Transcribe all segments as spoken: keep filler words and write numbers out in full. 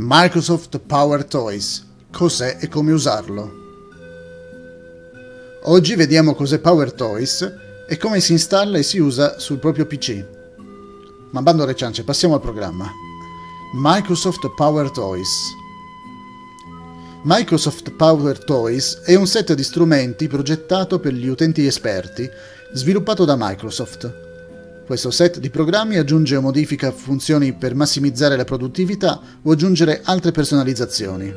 Microsoft Power Toys. Cos'è e come usarlo? Oggi vediamo cos'è Power Toys e come si installa e si usa sul proprio P C. Ma bando alle ciance, passiamo al programma. Microsoft Power Toys. Microsoft Power Toys è un set di strumenti progettato per gli utenti esperti, sviluppato da Microsoft. Questo set di programmi aggiunge o modifica funzioni per massimizzare la produttività o aggiungere altre personalizzazioni.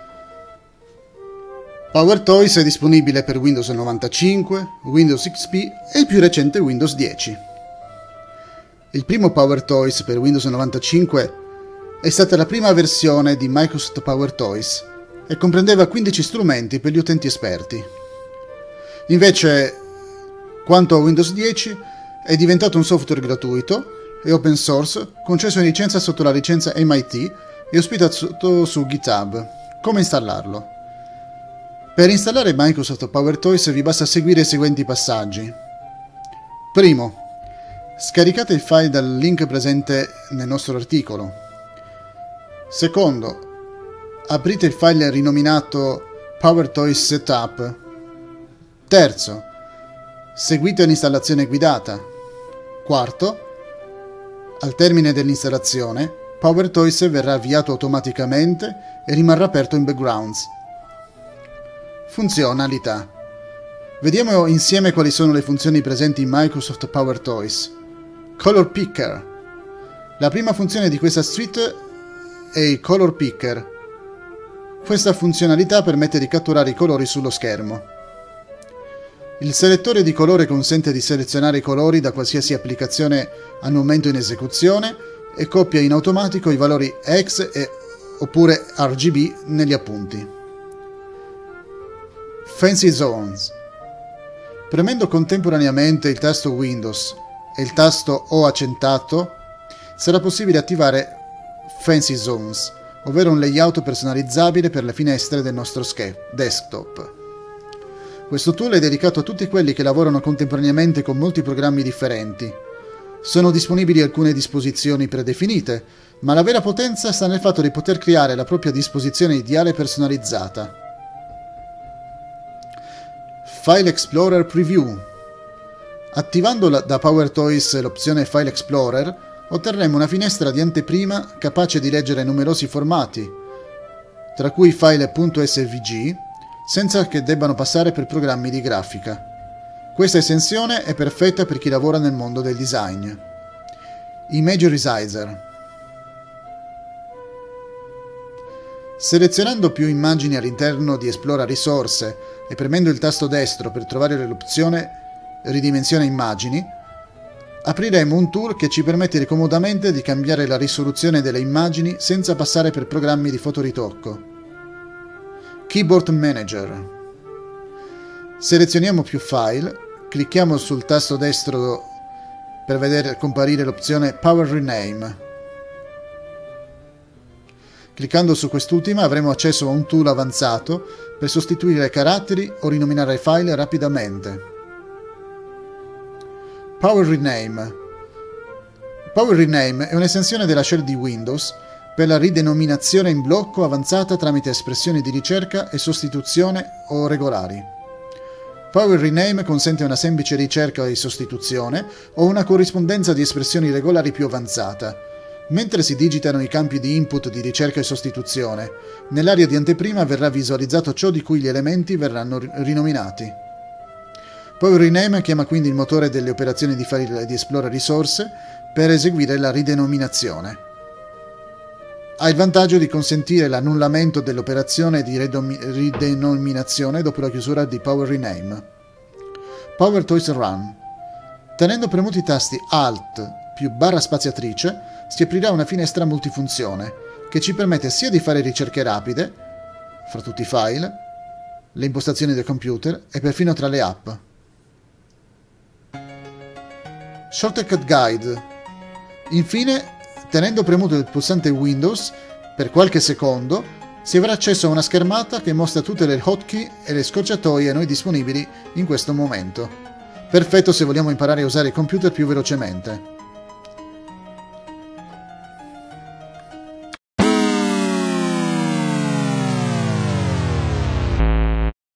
Power Toys è disponibile per Windows novantacinque, Windows X P e il più recente Windows dieci. Il primo Power Toys per Windows novantacinque è stata la prima versione di Microsoft Power Toys e comprendeva quindici strumenti per gli utenti esperti. Invece, quanto a Windows dieci, è diventato un software gratuito e open source, concesso in licenza sotto la licenza M I T e ospitato su GitHub. Come installarlo? Per installare Microsoft Power Toys vi basta seguire i seguenti passaggi. Primo, scaricate il file dal link presente nel nostro articolo. Secondo, aprite il file rinominato Power Toys Setup. Terzo, seguite l'installazione guidata. Quarto, al termine dell'installazione, Power Toys verrà avviato automaticamente e rimarrà aperto in background. Funzionalità. Vediamo insieme quali sono le funzioni presenti in Microsoft Power Toys. Color Picker. La prima funzione di questa suite è il Color Picker. Questa funzionalità permette di catturare i colori sullo schermo. Il selettore di colore consente di selezionare i colori da qualsiasi applicazione al momento in esecuzione e copia in automatico i valori X e oppure R G B negli appunti. Fancy Zones. Premendo contemporaneamente il tasto Windows e il tasto O accentato sarà possibile attivare Fancy Zones, ovvero un layout personalizzabile per le finestre del nostro desktop. Questo tool è dedicato a tutti quelli che lavorano contemporaneamente con molti programmi differenti. Sono disponibili alcune disposizioni predefinite, ma la vera potenza sta nel fatto di poter creare la propria disposizione ideale personalizzata. File Explorer Preview. Attivando la, da Power Toys l'opzione File Explorer, otterremo una finestra di anteprima capace di leggere numerosi formati, tra cui file .svg, senza che debbano passare per programmi di grafica. Questa estensione è perfetta per chi lavora nel mondo del design. Image Resizer. Selezionando più immagini all'interno di Esplora risorse e premendo il tasto destro per trovare l'opzione Ridimensiona immagini, apriremo un tool che ci permette comodamente di cambiare la risoluzione delle immagini senza passare per programmi di fotoritocco. Keyboard Manager. Selezioniamo più file, clicchiamo sul tasto destro per vedere comparire l'opzione Power Rename. Cliccando su quest'ultima avremo accesso a un tool avanzato per sostituire caratteri o rinominare file rapidamente. Power Rename. Power Rename è un'estensione della shell di Windows per la ridenominazione in blocco avanzata tramite espressioni di ricerca e sostituzione o regolari. Power Rename consente una semplice ricerca e sostituzione o una corrispondenza di espressioni regolari più avanzata. Mentre si digitano i campi di input di ricerca e sostituzione, nell'area di anteprima verrà visualizzato ciò di cui gli elementi verranno rinominati. Power Rename chiama quindi il motore delle operazioni di file di Esplora risorse per eseguire la ridenominazione. Ha il vantaggio di consentire l'annullamento dell'operazione di ridenominazione dopo la chiusura di Power Rename. Power Toys Run. Tenendo premuti i tasti Alt più barra spaziatrice, si aprirà una finestra multifunzione che ci permette sia di fare ricerche rapide, fra tutti i file, le impostazioni del computer e perfino tra le app. Shortcut Guide. Infine, tenendo premuto il pulsante Windows per qualche secondo, si avrà accesso a una schermata che mostra tutte le hotkey e le scorciatoie a noi disponibili in questo momento. Perfetto se vogliamo imparare a usare il computer più velocemente.